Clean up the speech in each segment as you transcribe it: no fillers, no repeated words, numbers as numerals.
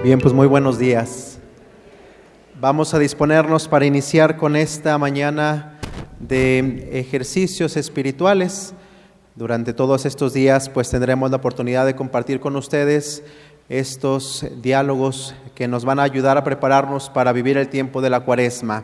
Bien, pues muy buenos días. Vamos a disponernos para iniciar con esta mañana de ejercicios espirituales. Durante todos estos días pues tendremos la oportunidad de compartir con ustedes estos diálogos que nos van a ayudar a prepararnos para vivir el tiempo de la Cuaresma.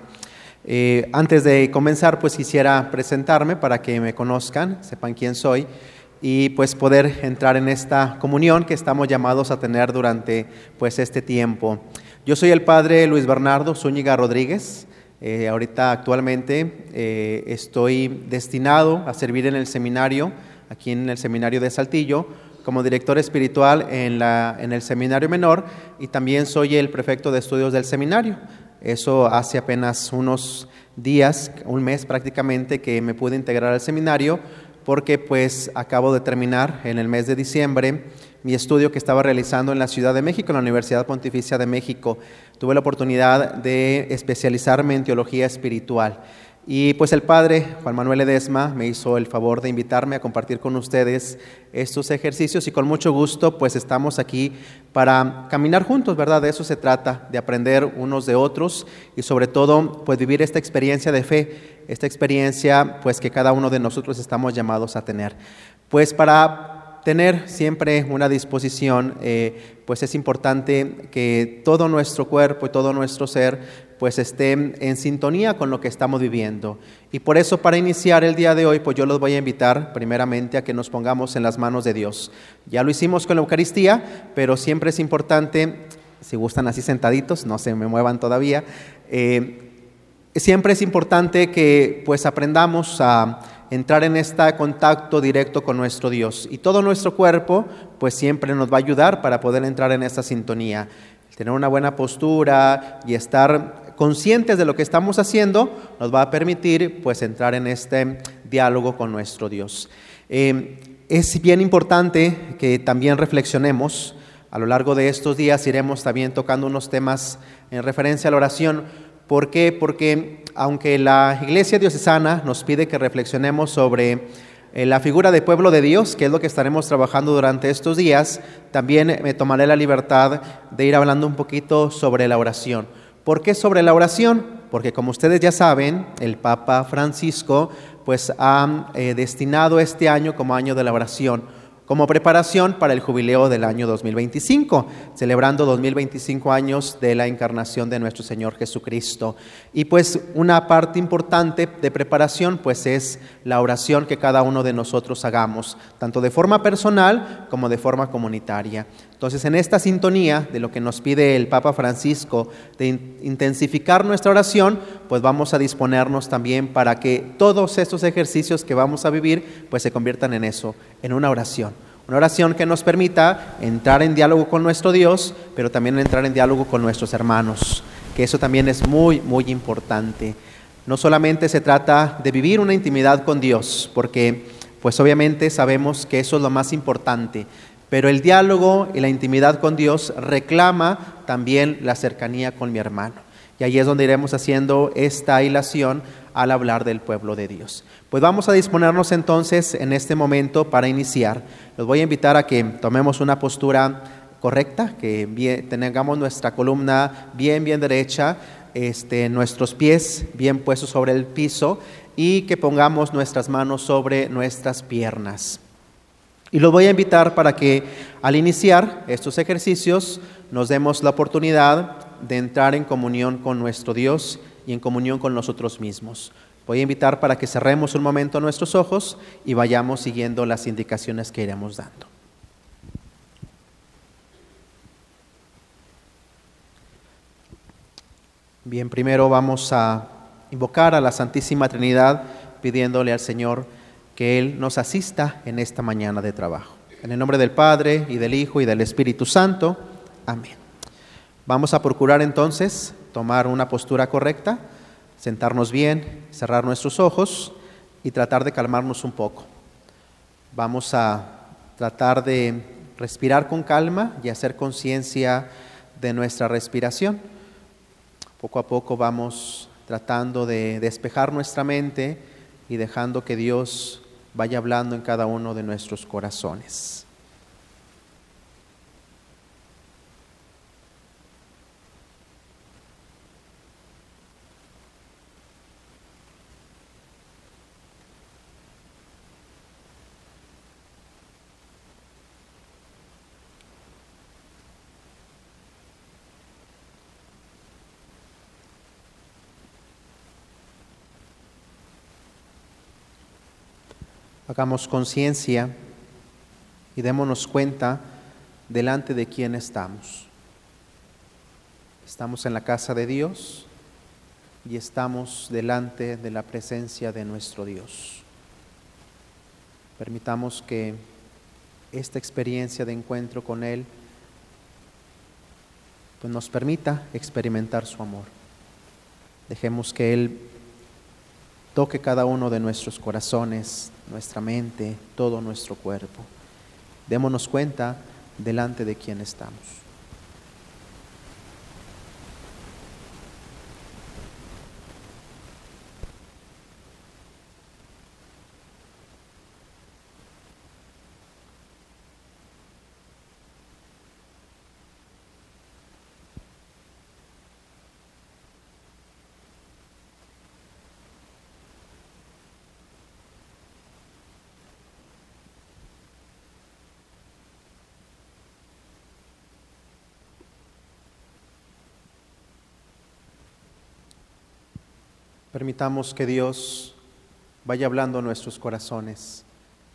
Antes de comenzar pues quisiera presentarme para que me conozcan, sepan quién soy y pues poder entrar en esta comunión que estamos llamados a tener durante pues este tiempo. Yo soy el padre Luis Bernardo Zúñiga Rodríguez. Ahorita actualmente estoy destinado a servir en el seminario, aquí en el seminario de Saltillo, como director espiritual en el seminario menor, y también soy el prefecto de estudios del seminario. Eso hace apenas unos días, un mes prácticamente, que me pude integrar al seminario, porque pues acabo de terminar en el mes de diciembre mi estudio que estaba realizando en la Ciudad de México, en la Universidad Pontificia de México. Tuve la oportunidad de especializarme en teología espiritual. Y pues el padre Juan Manuel Ledesma me hizo el favor de invitarme a compartir con ustedes estos ejercicios y con mucho gusto pues estamos aquí para caminar juntos, ¿verdad? De eso se trata, de aprender unos de otros y sobre todo pues vivir esta experiencia de fe, esta experiencia pues que cada uno de nosotros estamos llamados a tener. Pues para tener siempre una disposición, pues es importante que todo nuestro cuerpo y todo nuestro ser pues esté en sintonía con lo que estamos viviendo. Y por eso para iniciar el día de hoy, pues yo los voy a invitar primeramente a que nos pongamos en las manos de Dios. Ya lo hicimos con la Eucaristía, pero siempre es importante, si gustan así sentaditos, no se me muevan todavía, siempre es importante que pues aprendamos a entrar en este contacto directo con nuestro Dios. Y todo nuestro cuerpo pues siempre nos va a ayudar para poder entrar en esta sintonía. Tener una buena postura y estar conscientes de lo que estamos haciendo nos va a permitir pues entrar en este diálogo con nuestro Dios. Es bien importante que también reflexionemos. A lo largo de estos días iremos también tocando unos temas en referencia a la oración. ¿Por qué? Porque aunque la Iglesia Diocesana nos pide que reflexionemos sobre la figura de pueblo de Dios, que es lo que estaremos trabajando durante estos días, también me tomaré la libertad de ir hablando un poquito sobre la oración. ¿Por qué sobre la oración? Porque como ustedes ya saben, el Papa Francisco pues ha destinado este año como año de la oración, como preparación para el jubileo del año 2025, celebrando 2025 años de la encarnación de nuestro Señor Jesucristo. Y pues una parte importante de preparación pues es la oración que cada uno de nosotros hagamos, tanto de forma personal como de forma comunitaria. Entonces, en esta sintonía de lo que nos pide el Papa Francisco de intensificar nuestra oración, pues vamos a disponernos también para que todos estos ejercicios que vamos a vivir, pues se conviertan en eso, en una oración. Una oración que nos permita entrar en diálogo con nuestro Dios, pero también entrar en diálogo con nuestros hermanos, que eso también es muy, muy importante. No solamente se trata de vivir una intimidad con Dios, porque pues obviamente sabemos que eso es lo más importante, pero el diálogo y la intimidad con Dios reclama también la cercanía con mi hermano. Y ahí es donde iremos haciendo esta hilación al hablar del pueblo de Dios. Pues vamos a disponernos entonces en este momento para iniciar. Los voy a invitar a que tomemos una postura correcta, que tengamos nuestra columna bien derecha, nuestros pies bien puestos sobre el piso y que pongamos nuestras manos sobre nuestras piernas. Y los voy a invitar para que al iniciar estos ejercicios nos demos la oportunidad de entrar en comunión con nuestro Dios y en comunión con nosotros mismos. Voy a invitar para que cerremos un momento nuestros ojos y vayamos siguiendo las indicaciones que iremos dando. Bien, primero vamos a invocar a la Santísima Trinidad pidiéndole al Señor que Él nos asista en esta mañana de trabajo. En el nombre del Padre, y del Hijo, y del Espíritu Santo. Amén. Vamos a procurar entonces tomar una postura correcta, sentarnos bien, cerrar nuestros ojos y tratar de calmarnos un poco. Vamos a tratar de respirar con calma y hacer conciencia de nuestra respiración. Poco a poco vamos tratando de despejar nuestra mente y dejando que Dios vaya hablando en cada uno de nuestros corazones. Hagamos conciencia y démonos cuenta delante de quién estamos. Estamos en la casa de Dios y estamos delante de la presencia de nuestro Dios. Permitamos que esta experiencia de encuentro con Él pues nos permita experimentar su amor. Dejemos que Él toque cada uno de nuestros corazones, nuestra mente, todo nuestro cuerpo. Démonos cuenta delante de quién estamos. Permitamos que Dios vaya hablando a nuestros corazones.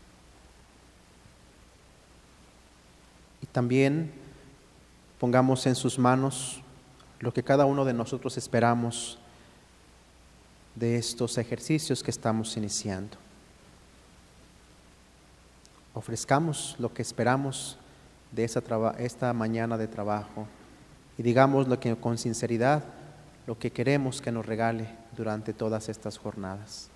Y también pongamos en sus manos lo que cada uno de nosotros esperamos de estos ejercicios que estamos iniciando. Ofrezcamos lo que esperamos de esta mañana de trabajo y digamos lo que con sinceridad lo que queremos que nos regale durante todas estas jornadas.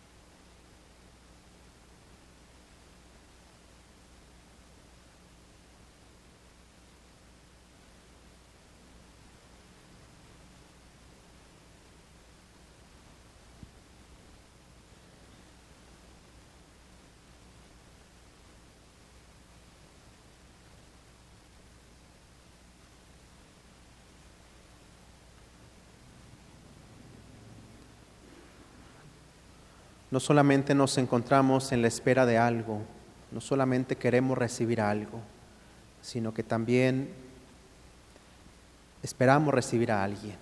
No solamente nos encontramos en la espera de algo, no solamente queremos recibir algo, sino que también esperamos recibir a alguien.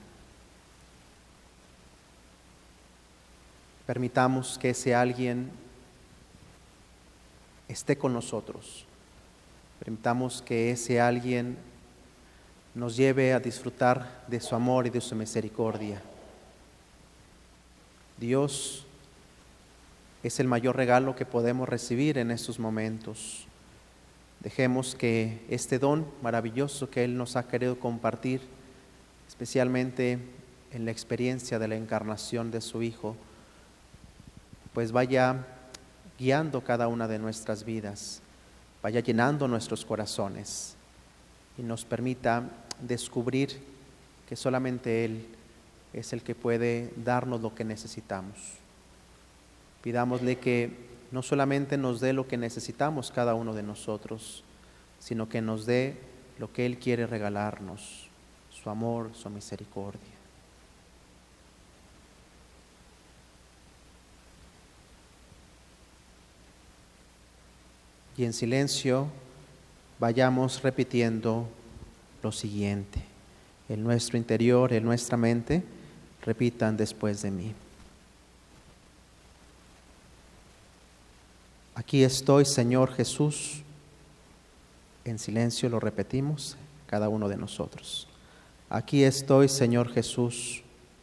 Permitamos que ese alguien esté con nosotros. Permitamos que ese alguien nos lleve a disfrutar de su amor y de su misericordia. Dios es el mayor regalo que podemos recibir en estos momentos. Dejemos que este don maravilloso que Él nos ha querido compartir, especialmente en la experiencia de la encarnación de su Hijo, pues vaya guiando cada una de nuestras vidas, vaya llenando nuestros corazones y nos permita descubrir que solamente Él es el que puede darnos lo que necesitamos. Pidámosle que no solamente nos dé lo que necesitamos cada uno de nosotros, sino que nos dé lo que Él quiere regalarnos, su amor, su misericordia. Y en silencio vayamos repitiendo lo siguiente. En nuestro interior, en nuestra mente, repitan después de mí. Aquí estoy, Señor Jesús. En silencio lo repetimos, cada uno de nosotros. Aquí estoy, Señor Jesús.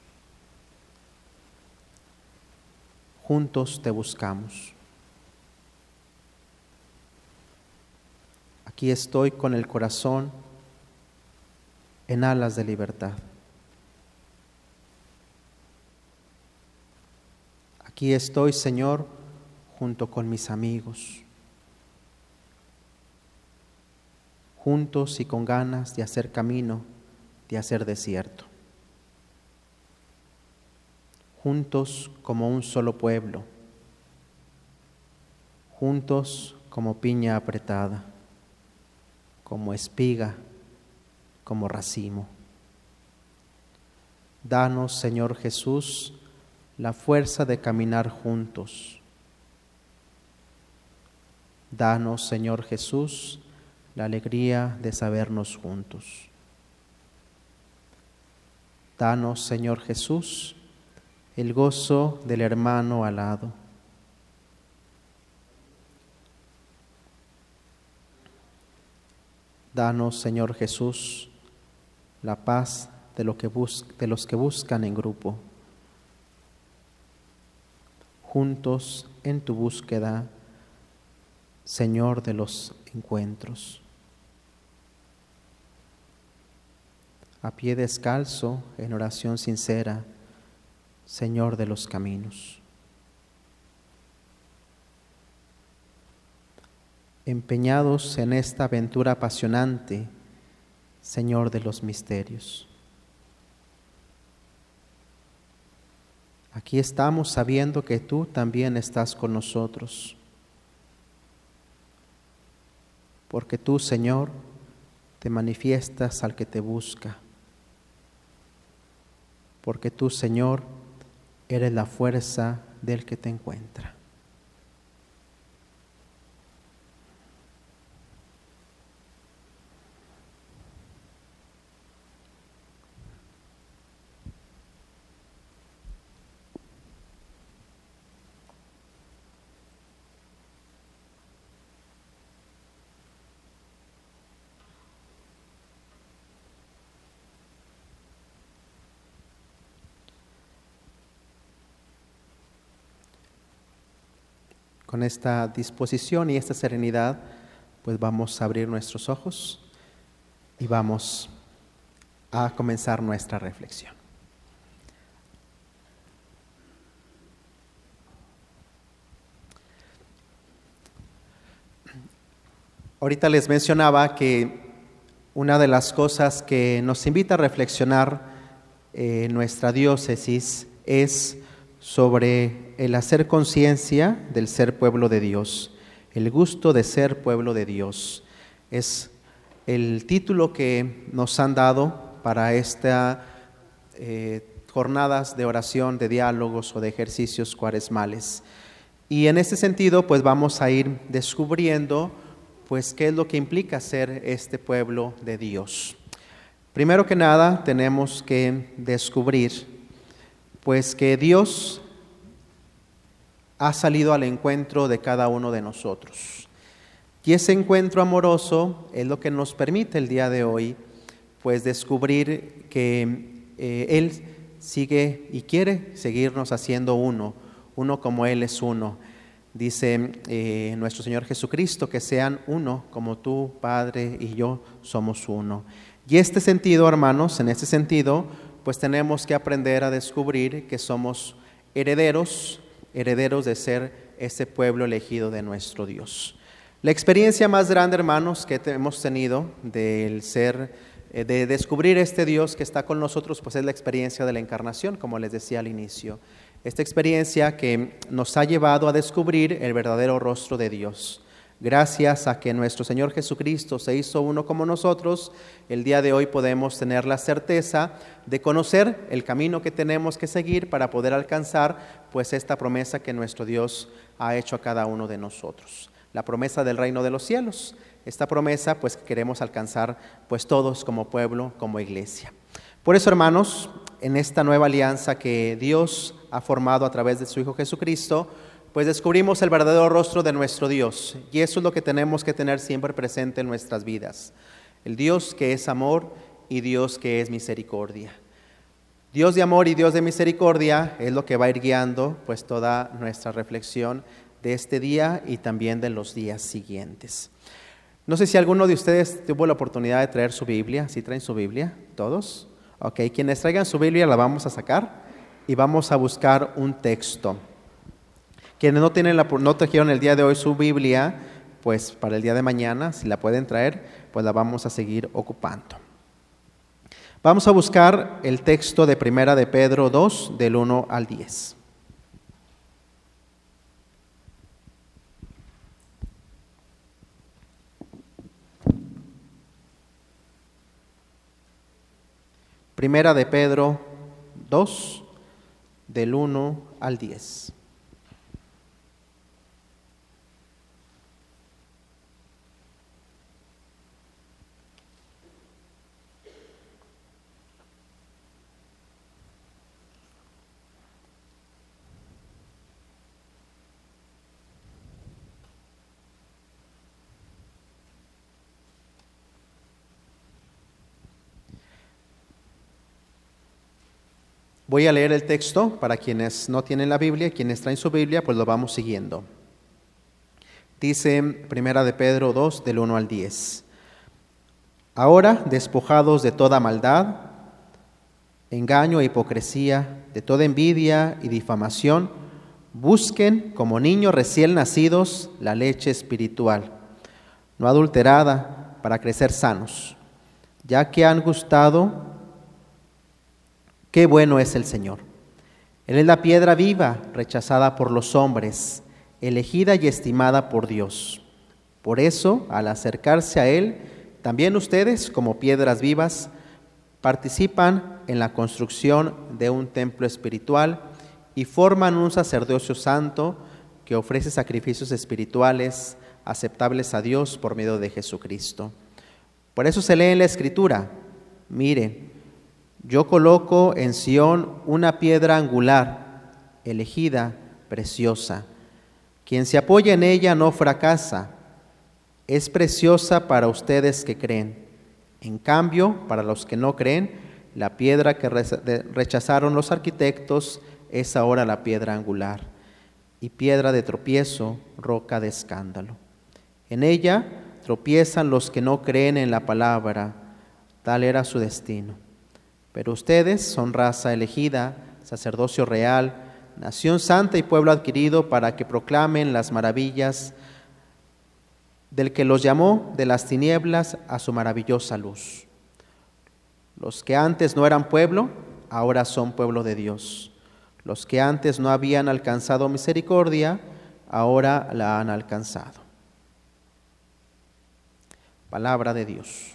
Juntos te buscamos. Aquí estoy con el corazón en alas de libertad. Aquí estoy, Señor, junto con mis amigos, juntos y con ganas de hacer camino, de hacer desierto, juntos como un solo pueblo, juntos como piña apretada, como espiga, como racimo. Danos, Señor Jesús, la fuerza de caminar juntos. Danos, Señor Jesús, la alegría de sabernos juntos. Danos, Señor Jesús, el gozo del hermano al lado. Danos, Señor Jesús, la paz de los que buscan en grupo, juntos en tu búsqueda, Señor de los encuentros. A pie descalzo, en oración sincera, Señor de los caminos. Empeñados en esta aventura apasionante, Señor de los misterios. Aquí estamos sabiendo que tú también estás con nosotros, porque tú, Señor, te manifiestas al que te busca, porque tú, Señor, eres la fuerza del que te encuentra. Con esta disposición y esta serenidad, pues vamos a abrir nuestros ojos y vamos a comenzar nuestra reflexión. Ahorita les mencionaba que una de las cosas que nos invita a reflexionar nuestra diócesis es sobre el hacer conciencia del ser pueblo de Dios, el gusto de ser pueblo de Dios. Es el título que nos han dado para estas jornadas de oración, de diálogos o de ejercicios cuaresmales. Y en este sentido, pues vamos a ir descubriendo pues qué es lo que implica ser este pueblo de Dios. Primero que nada, tenemos que descubrir pues que Dios ha salido al encuentro de cada uno de nosotros. Y ese encuentro amoroso es lo que nos permite el día de hoy, pues descubrir que Él sigue y quiere seguirnos haciendo uno como Él es uno. Dice nuestro Señor Jesucristo que sean uno como tú, Padre, y yo somos uno. Y este sentido, hermanos, en este sentido, pues tenemos que aprender a descubrir que somos herederos de ser ese pueblo elegido de nuestro Dios. La experiencia más grande, hermanos, que hemos tenido del ser, de descubrir este Dios que está con nosotros, pues es la experiencia de la encarnación, como les decía al inicio. Esta experiencia que nos ha llevado a descubrir el verdadero rostro de Dios. Gracias a que nuestro Señor Jesucristo se hizo uno como nosotros, el día de hoy podemos tener la certeza de conocer el camino que tenemos que seguir para poder alcanzar pues esta promesa que nuestro Dios ha hecho a cada uno de nosotros. La promesa del reino de los cielos. Esta promesa pues que queremos alcanzar pues todos como pueblo, como iglesia. Por eso, hermanos, en esta nueva alianza que Dios ha formado a través de su Hijo Jesucristo, pues descubrimos el verdadero rostro de nuestro Dios, y eso es lo que tenemos que tener siempre presente en nuestras vidas. El Dios que es amor y Dios que es misericordia. Dios de amor y Dios de misericordia es lo que va a ir guiando pues toda nuestra reflexión de este día y también de los días siguientes. No sé si alguno de ustedes tuvo la oportunidad de traer su Biblia. ¿Sí traen su Biblia? ¿Todos? Ok, quienes traigan su Biblia la vamos a sacar y vamos a buscar un texto. Quienes no trajeron el día de hoy su Biblia, pues para el día de mañana, si la pueden traer, pues la vamos a seguir ocupando. Vamos a buscar el texto de Primera de Pedro 2, del 1 al 10. Primera de Pedro 2, del 1 al 10. Voy a leer el texto para quienes no tienen la Biblia, quienes traen su Biblia, pues lo vamos siguiendo. Dice Primera de Pedro 2, del 1 al 10. Ahora, despojados de toda maldad, engaño e hipocresía, de toda envidia y difamación, busquen como niños recién nacidos la leche espiritual, no adulterada, para crecer sanos, ya que han gustado qué bueno es el Señor. Él es la piedra viva, rechazada por los hombres, elegida y estimada por Dios. Por eso, al acercarse a Él, también ustedes, como piedras vivas, participan en la construcción de un templo espiritual y forman un sacerdocio santo que ofrece sacrificios espirituales aceptables a Dios por medio de Jesucristo. Por eso se lee en la Escritura: mire, yo coloco en Sión una piedra angular, elegida, preciosa. Quien se apoya en ella no fracasa. Es preciosa para ustedes que creen. En cambio, para los que no creen, la piedra que rechazaron los arquitectos es ahora la piedra angular y piedra de tropiezo, roca de escándalo. En ella tropiezan los que no creen en la palabra. Tal era su destino. Pero ustedes son raza elegida, sacerdocio real, nación santa y pueblo adquirido, para que proclamen las maravillas del que los llamó de las tinieblas a su maravillosa luz. Los que antes no eran pueblo, ahora son pueblo de Dios. Los que antes no habían alcanzado misericordia, ahora la han alcanzado. Palabra de Dios.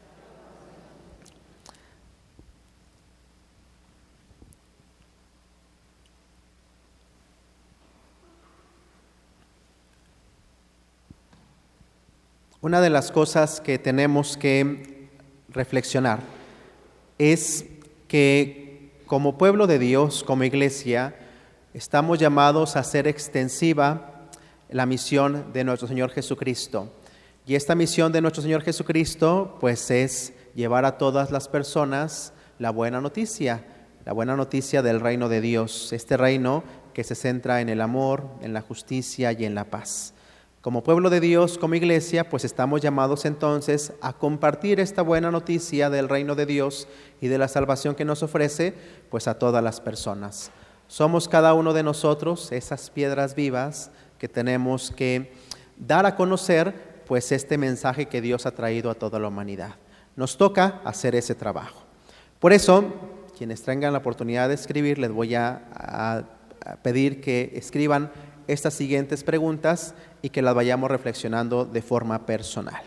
Una de las cosas que tenemos que reflexionar es que como pueblo de Dios, como iglesia, estamos llamados a hacer extensiva la misión de nuestro Señor Jesucristo. Y esta misión de nuestro Señor Jesucristo, pues, es llevar a todas las personas la buena noticia del reino de Dios, este reino que se centra en el amor, en la justicia y en la paz. Como pueblo de Dios, como iglesia, pues estamos llamados entonces a compartir esta buena noticia del reino de Dios y de la salvación que nos ofrece, pues a todas las personas. Somos cada uno de nosotros esas piedras vivas que tenemos que dar a conocer, pues, este mensaje que Dios ha traído a toda la humanidad. Nos toca hacer ese trabajo. Por eso, quienes tengan la oportunidad de escribir, les voy a pedir que escriban estas siguientes preguntas y que las vayamos reflexionando de forma personal.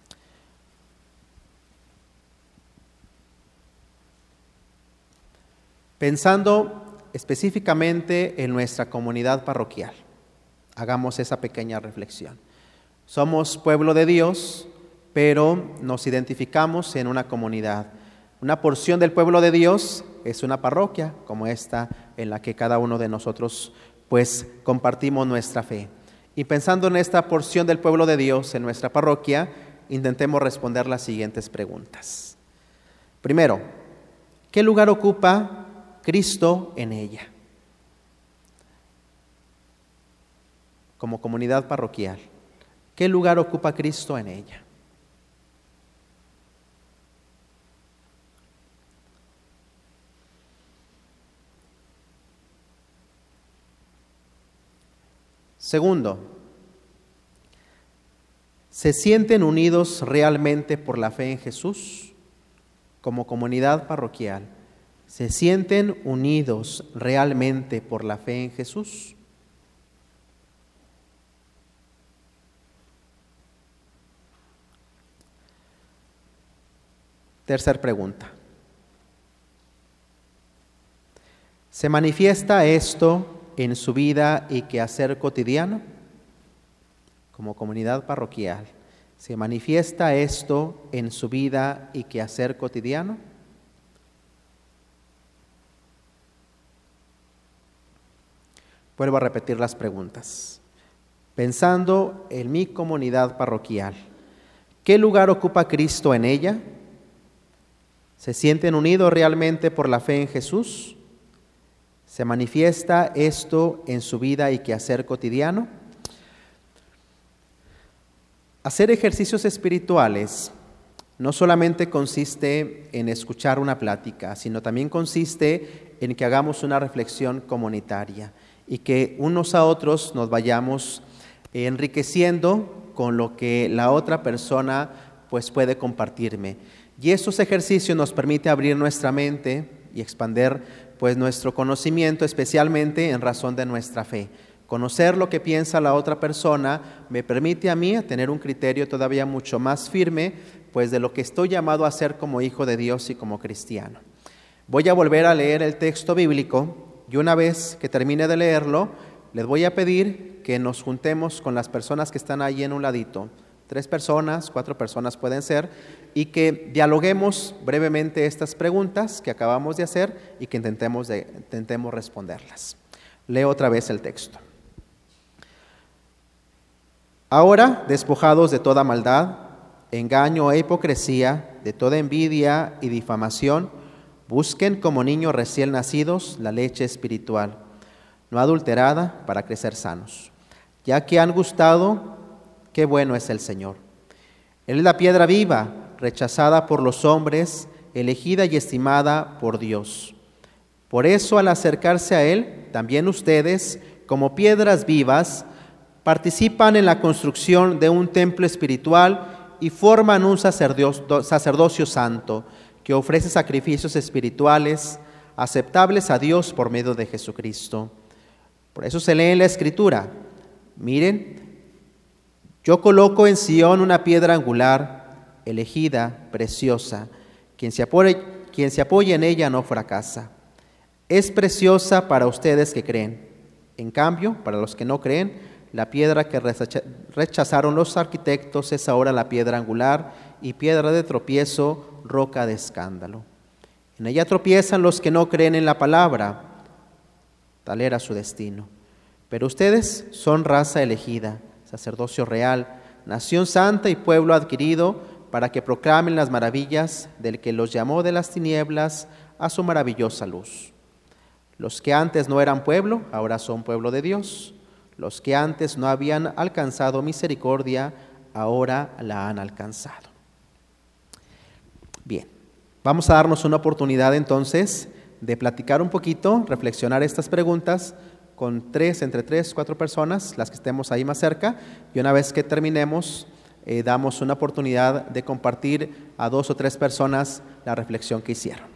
Pensando específicamente en nuestra comunidad parroquial, hagamos esa pequeña reflexión. Somos pueblo de Dios, pero nos identificamos en una comunidad. Una porción del pueblo de Dios es una parroquia como esta en la que cada uno de nosotros, pues, compartimos nuestra fe. Y pensando en esta porción del pueblo de Dios en nuestra parroquia, intentemos responder las siguientes preguntas. Primero, ¿qué lugar ocupa Cristo en ella? Como comunidad parroquial, ¿qué lugar ocupa Cristo en ella? Segundo, ¿se sienten unidos realmente por la fe en Jesús? Como comunidad parroquial, ¿se sienten unidos realmente por la fe en Jesús? Tercer pregunta. ¿Se manifiesta esto en su vida y quehacer cotidiano? Como comunidad parroquial, ¿se manifiesta esto en su vida y quehacer cotidiano? Vuelvo a repetir las preguntas. Pensando en mi comunidad parroquial, ¿qué lugar ocupa Cristo en ella? ¿Se sienten unidos realmente por la fe en Jesús? ¿Se manifiesta esto en su vida y quehacer cotidiano? Hacer ejercicios espirituales no solamente consiste en escuchar una plática, sino también consiste en que hagamos una reflexión comunitaria y que unos a otros nos vayamos enriqueciendo con lo que la otra persona pues puede compartirme. Y estos ejercicios nos permiten abrir nuestra mente y expandir pues nuestro conocimiento, especialmente en razón de nuestra fe. Conocer lo que piensa la otra persona me permite a mí tener un criterio todavía mucho más firme, pues de lo que estoy llamado a ser como hijo de Dios y como cristiano. Voy a volver a leer el texto bíblico y una vez que termine de leerlo, les voy a pedir que nos juntemos con las personas que están ahí en un ladito. 3 personas, 4 personas pueden ser, y que dialoguemos brevemente estas preguntas que acabamos de hacer y que intentemos responderlas. Leo otra vez el texto. Ahora, despojados de toda maldad, engaño e hipocresía, de toda envidia y difamación, busquen como niños recién nacidos la leche espiritual, no adulterada, para crecer sanos, ya que han gustado, qué bueno es el Señor. Él es la piedra viva, rechazada por los hombres, elegida y estimada por Dios. Por eso, al acercarse a Él, también ustedes, como piedras vivas, participan en la construcción de un templo espiritual y forman un sacerdocio santo que ofrece sacrificios espirituales aceptables a Dios por medio de Jesucristo. Por eso se lee en la Escritura: miren, yo coloco en Sión una piedra angular, elegida, preciosa. Quien se apoye en ella no fracasa. Es preciosa para ustedes que creen. En cambio, para los que no creen, la piedra que rechazaron los arquitectos es ahora la piedra angular y piedra de tropiezo, roca de escándalo. En ella tropiezan los que no creen en la palabra. Tal era su destino. Pero ustedes son raza elegida, sacerdocio real, nación santa y pueblo adquirido, para que proclamen las maravillas del que los llamó de las tinieblas a su maravillosa luz. Los que antes no eran pueblo, ahora son pueblo de Dios. Los que antes no habían alcanzado misericordia, ahora la han alcanzado. Bien, vamos a darnos una oportunidad entonces de platicar un poquito, reflexionar estas preguntas con entre 3, 4 personas, las que estemos ahí más cerca, y una vez que terminemos, damos una oportunidad de compartir a 2 o 3 personas la reflexión que hicieron.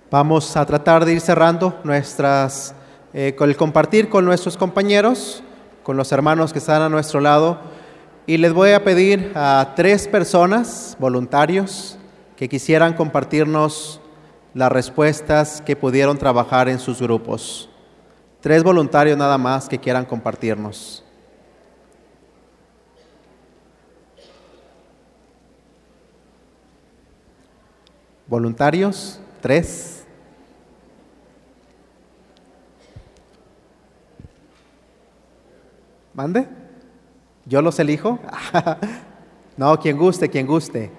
Vamos a tratar de ir cerrando con el compartir con nuestros compañeros, con los hermanos que están a nuestro lado, y les voy a pedir a 3 personas, voluntarios, que quisieran compartirnos las respuestas que pudieron trabajar en sus grupos. 3 voluntarios nada más que quieran compartirnos. ¿Voluntarios? 3. ¿Mande? ¿Yo los elijo? No, quien guste, quien guste.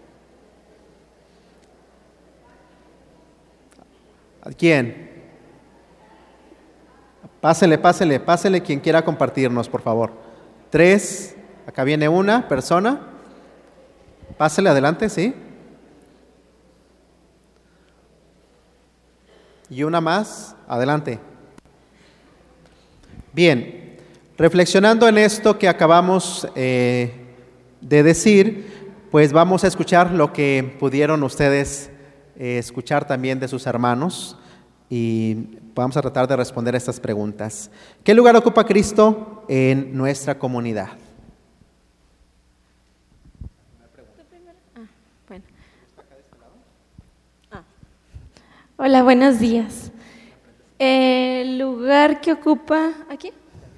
¿Quién? Pásele quien quiera compartirnos, por favor. 3, acá viene una persona. Pásele adelante, ¿sí? Y una más, adelante. Bien, reflexionando en esto que acabamos de decir, pues vamos a escuchar lo que pudieron ustedes escuchar también de sus hermanos y vamos a tratar de responder a estas preguntas. ¿Qué lugar ocupa Cristo en nuestra comunidad? Hola, buenos días. El lugar que ocupa aquí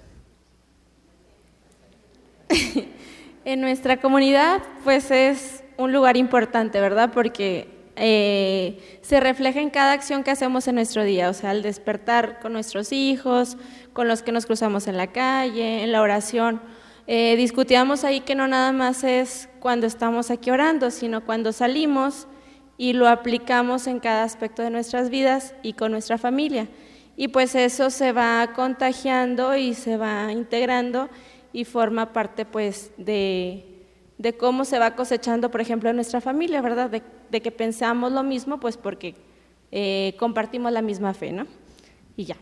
en nuestra comunidad, pues es un lugar importante, ¿verdad? Porque se refleja en cada acción que hacemos en nuestro día, o sea, al despertar con nuestros hijos, con los que nos cruzamos en la calle, en la oración. Discutíamos ahí que no nada más es cuando estamos aquí orando, sino cuando salimos y lo aplicamos en cada aspecto de nuestras vidas y con nuestra familia. Y pues eso se va contagiando y se va integrando y forma parte pues de cómo se va cosechando, por ejemplo, en nuestra familia, ¿verdad? De que pensamos lo mismo, pues porque compartimos la misma fe, ¿no? Y ya.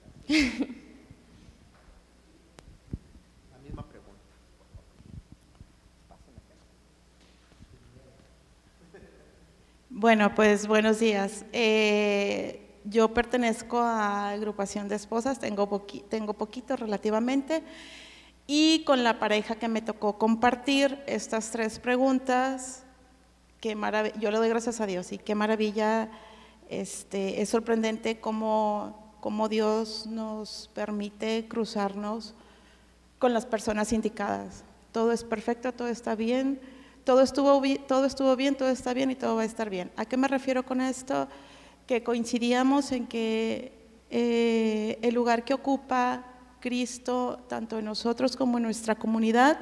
Bueno, pues buenos días. Yo pertenezco a agrupación de esposas, tengo poquito relativamente, y con la pareja que me tocó compartir estas 3 preguntas, yo le doy gracias a Dios y qué maravilla, es sorprendente cómo Dios nos permite cruzarnos con las personas indicadas. Todo es perfecto, todo está bien. Todo estuvo bien, todo está bien y todo va a estar bien. ¿A qué me refiero con esto? Que coincidíamos en que el lugar que ocupa Cristo, tanto en nosotros como en nuestra comunidad,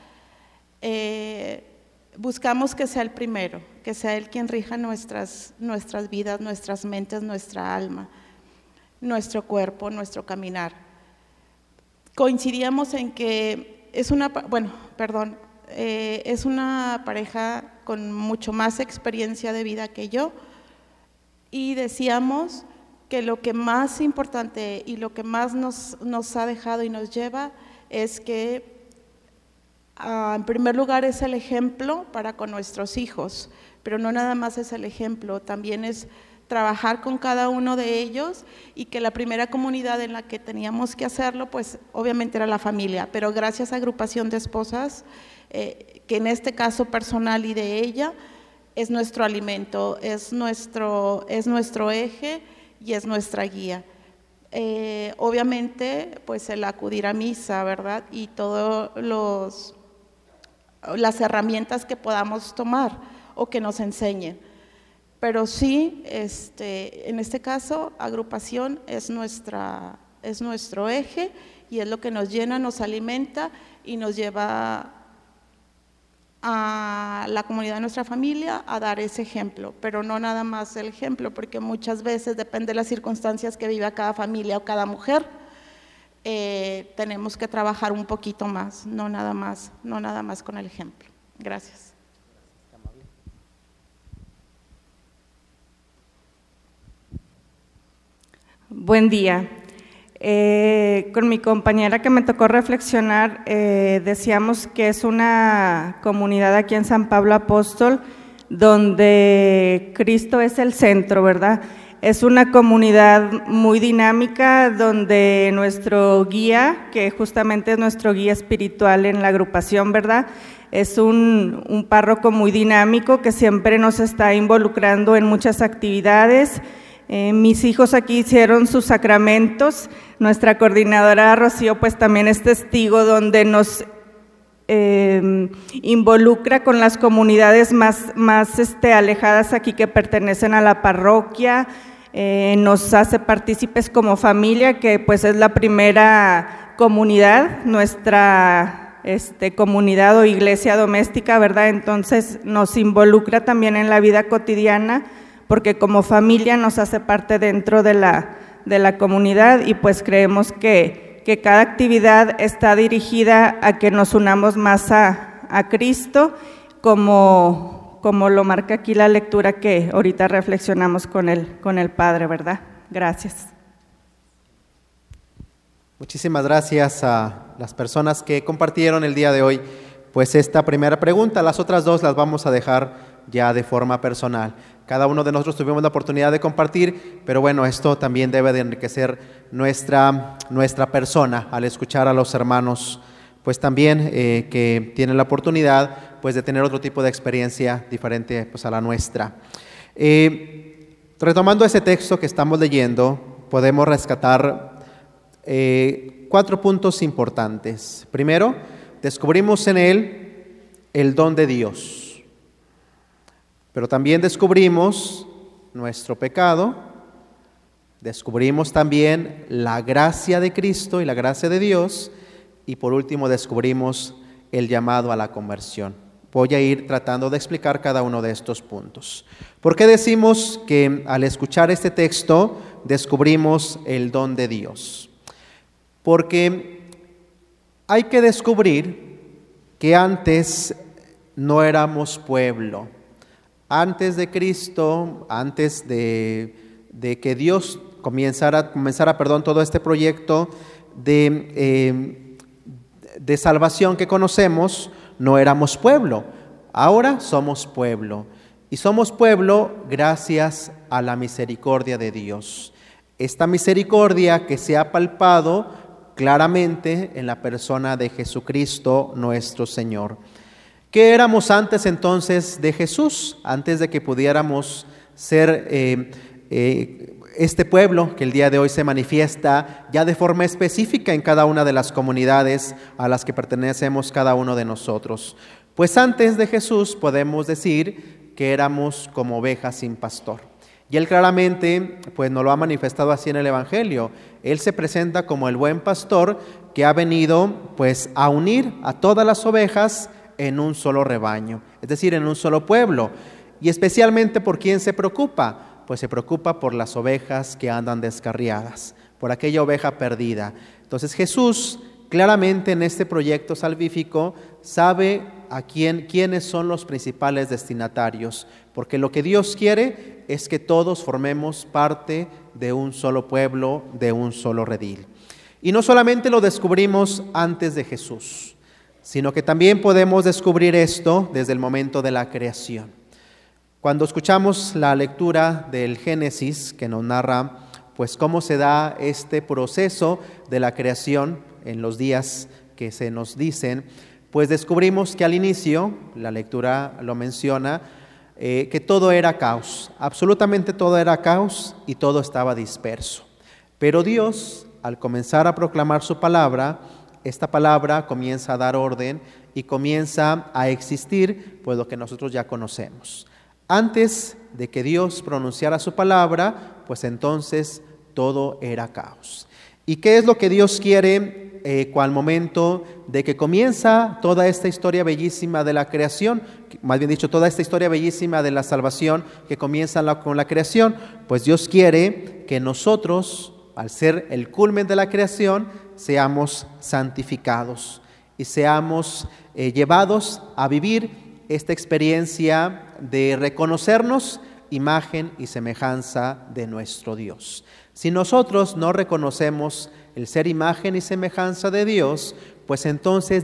buscamos que sea el primero, que sea Él quien rija nuestras vidas, nuestras mentes, nuestra alma, nuestro cuerpo, nuestro caminar. Coincidíamos en que es una pareja con mucho más experiencia de vida que yo, y decíamos que lo que más importante y lo que más nos ha dejado y nos lleva es que en primer lugar es el ejemplo para con nuestros hijos, pero no nada más es el ejemplo, también es trabajar con cada uno de ellos, y que la primera comunidad en la que teníamos que hacerlo, pues obviamente era la familia, pero gracias a agrupación de esposas, que en este caso personal y de ella, es nuestro alimento, es nuestro eje y es nuestra guía. Obviamente, pues el acudir a misa, ¿verdad? Y todas las herramientas que podamos tomar o que nos enseñen. Pero sí, en este caso, agrupación es nuestro eje y es lo que nos llena, nos alimenta y nos lleva a la comunidad de nuestra familia a dar ese ejemplo, pero no nada más el ejemplo, porque muchas veces depende de las circunstancias que viva cada familia o cada mujer, tenemos que trabajar un poquito más, no nada más con el ejemplo. Gracias. Buen día. Con mi compañera que me tocó reflexionar, decíamos que es una comunidad aquí en San Pablo Apóstol donde Cristo es el centro, ¿verdad? Es una comunidad muy dinámica donde nuestro guía, que justamente es nuestro guía espiritual en la agrupación, ¿verdad?, es un párroco muy dinámico que siempre nos está involucrando en muchas actividades. Mis hijos aquí hicieron sus sacramentos. Nuestra coordinadora Rocío pues también es testigo, donde nos involucra con las comunidades más alejadas aquí que pertenecen a la parroquia. Nos hace partícipes como familia, que pues es la primera comunidad, nuestra comunidad o iglesia doméstica, ¿verdad? Entonces nos involucra también en la vida cotidiana, porque como familia nos hace parte dentro de la comunidad, y pues creemos que cada actividad está dirigida a que nos unamos más a Cristo, como lo marca aquí la lectura que ahorita reflexionamos con el Padre, ¿verdad? Gracias. Muchísimas gracias a las personas que compartieron el día de hoy pues esta primera pregunta. Las otras dos las vamos a dejar ya de forma personal. Cada uno de nosotros tuvimos la oportunidad de compartir, pero bueno, esto también debe de enriquecer nuestra persona al escuchar a los hermanos, pues también que tienen la oportunidad pues de tener otro tipo de experiencia diferente pues a la nuestra. Retomando ese texto que estamos leyendo, podemos rescatar 4 puntos importantes. Primero, descubrimos en él el don de Dios, pero también descubrimos nuestro pecado, descubrimos también la gracia de Cristo y la gracia de Dios, y por último descubrimos el llamado a la conversión. Voy a ir tratando de explicar cada uno de estos puntos. ¿Por qué decimos que al escuchar este texto descubrimos el don de Dios? Porque hay que descubrir que antes no éramos pueblo. Antes de Cristo, antes de que Dios comenzara todo este proyecto de salvación que conocemos, no éramos pueblo. Ahora somos pueblo. Y somos pueblo gracias a la misericordia de Dios. Esta misericordia que se ha palpado claramente en la persona de Jesucristo nuestro Señor. ¿Qué éramos antes entonces de Jesús? Antes de que pudiéramos ser este pueblo que el día de hoy se manifiesta ya de forma específica en cada una de las comunidades a las que pertenecemos cada uno de nosotros. Pues antes de Jesús podemos decir que éramos como ovejas sin pastor. Y Él claramente pues nos lo ha manifestado así en el Evangelio. Él se presenta como el buen pastor que ha venido pues a unir a todas las ovejas en un solo rebaño, es decir, en un solo pueblo. Y especialmente ¿por quién se preocupa? Pues se preocupa por las ovejas que andan descarriadas, por aquella oveja perdida. Entonces Jesús claramente en este proyecto salvífico sabe quiénes son los principales destinatarios, porque lo que Dios quiere es que todos formemos parte de un solo pueblo, de un solo redil. Y no solamente lo descubrimos antes de Jesús, sino que también podemos descubrir esto desde el momento de la creación. Cuando escuchamos la lectura del Génesis, que nos narra pues cómo se da este proceso de la creación en los días que se nos dicen, pues descubrimos que al inicio, la lectura lo menciona, que todo era caos, absolutamente todo era caos y todo estaba disperso. Pero Dios, al comenzar a proclamar su palabra, esta palabra comienza a dar orden y comienza a existir pues lo que nosotros ya conocemos. Antes de que Dios pronunciara su palabra, pues entonces todo era caos. ¿Y qué es lo que Dios quiere al momento de que comienza toda esta historia bellísima de la creación? Más bien dicho, toda esta historia bellísima de la salvación que comienza con la creación. Pues Dios quiere que nosotros, al ser el culmen de la creación, seamos santificados y seamos llevados a vivir esta experiencia de reconocernos imagen y semejanza de nuestro Dios. Si nosotros no reconocemos el ser imagen y semejanza de Dios, pues entonces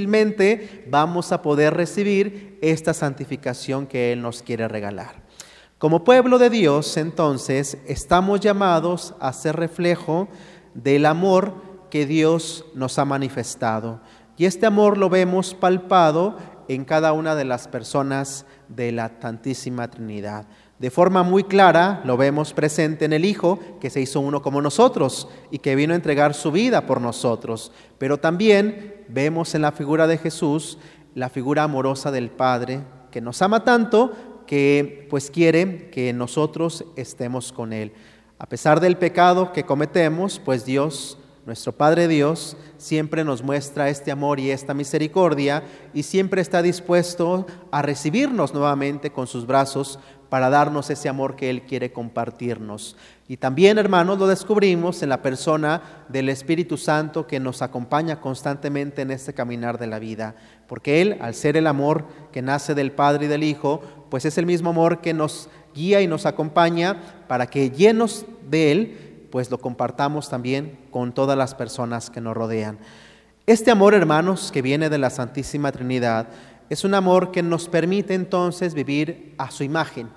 difícilmente vamos a poder recibir esta santificación que Él nos quiere regalar. Como pueblo de Dios, entonces, estamos llamados a ser reflejo del amor que Dios nos ha manifestado. Y este amor lo vemos palpado en cada una de las personas de la Santísima Trinidad. De forma muy clara lo vemos presente en el Hijo, que se hizo uno como nosotros y que vino a entregar su vida por nosotros. Pero también vemos en la figura de Jesús la figura amorosa del Padre, que nos ama tanto que pues quiere que nosotros estemos con Él. A pesar del pecado que cometemos, pues Dios, nuestro Padre Dios, siempre nos muestra este amor y esta misericordia y siempre está dispuesto a recibirnos nuevamente con sus brazos para darnos ese amor que Él quiere compartirnos. Y también, hermanos, lo descubrimos en la persona del Espíritu Santo que nos acompaña constantemente en este caminar de la vida. Porque Él, al ser el amor que nace del Padre y del Hijo, pues es el mismo amor que nos guía y nos acompaña para que, llenos de Él, pues lo compartamos también con todas las personas que nos rodean. Este amor, hermanos, que viene de la Santísima Trinidad, es un amor que nos permite entonces vivir a su imagen.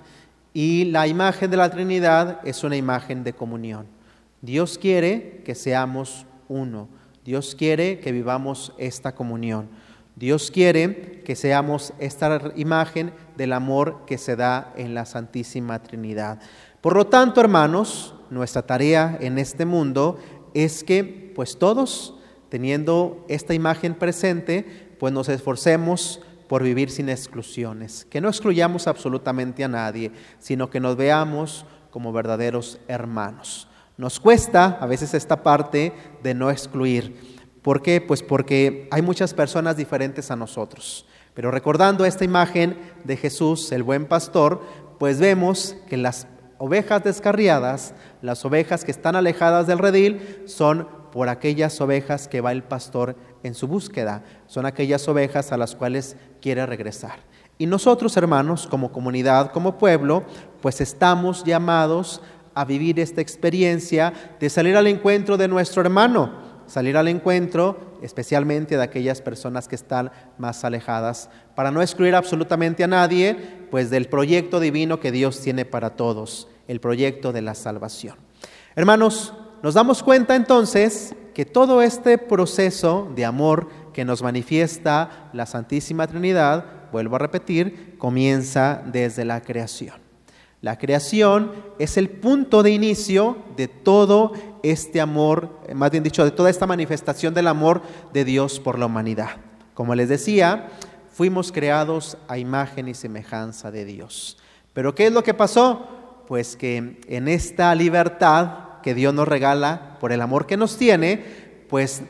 Y la imagen de la Trinidad es una imagen de comunión. Dios quiere que seamos uno. Dios quiere que vivamos esta comunión. Dios quiere que seamos esta imagen del amor que se da en la Santísima Trinidad. Por lo tanto, hermanos, nuestra tarea en este mundo es que, pues todos, teniendo esta imagen presente, pues nos esforcemos por vivir sin exclusiones, que no excluyamos absolutamente a nadie, sino que nos veamos como verdaderos hermanos. Nos cuesta a veces esta parte de no excluir. ¿Por qué? Pues porque hay muchas personas diferentes a nosotros. Pero recordando esta imagen de Jesús, el buen pastor, pues vemos que las ovejas descarriadas, las ovejas que están alejadas del redil, son por aquellas ovejas que va el pastor en su búsqueda. Son aquellas ovejas a las cuales quiere regresar. Y nosotros, hermanos, como comunidad, como pueblo, pues estamos llamados a vivir esta experiencia de salir al encuentro de nuestro hermano, salir al encuentro especialmente de aquellas personas que están más alejadas, para no excluir absolutamente a nadie, pues del proyecto divino que Dios tiene para todos, el proyecto de la salvación. Hermanos, nos damos cuenta entonces que todo este proceso de amor que nos manifiesta la Santísima Trinidad, vuelvo a repetir, comienza desde la creación. La creación es el punto de inicio de todo este amor, más bien dicho, de toda esta manifestación del amor de Dios por la humanidad. Como les decía, fuimos creados a imagen y semejanza de Dios. ¿Pero qué es lo que pasó? Pues que en esta libertad que Dios nos regala por el amor que nos tiene, pues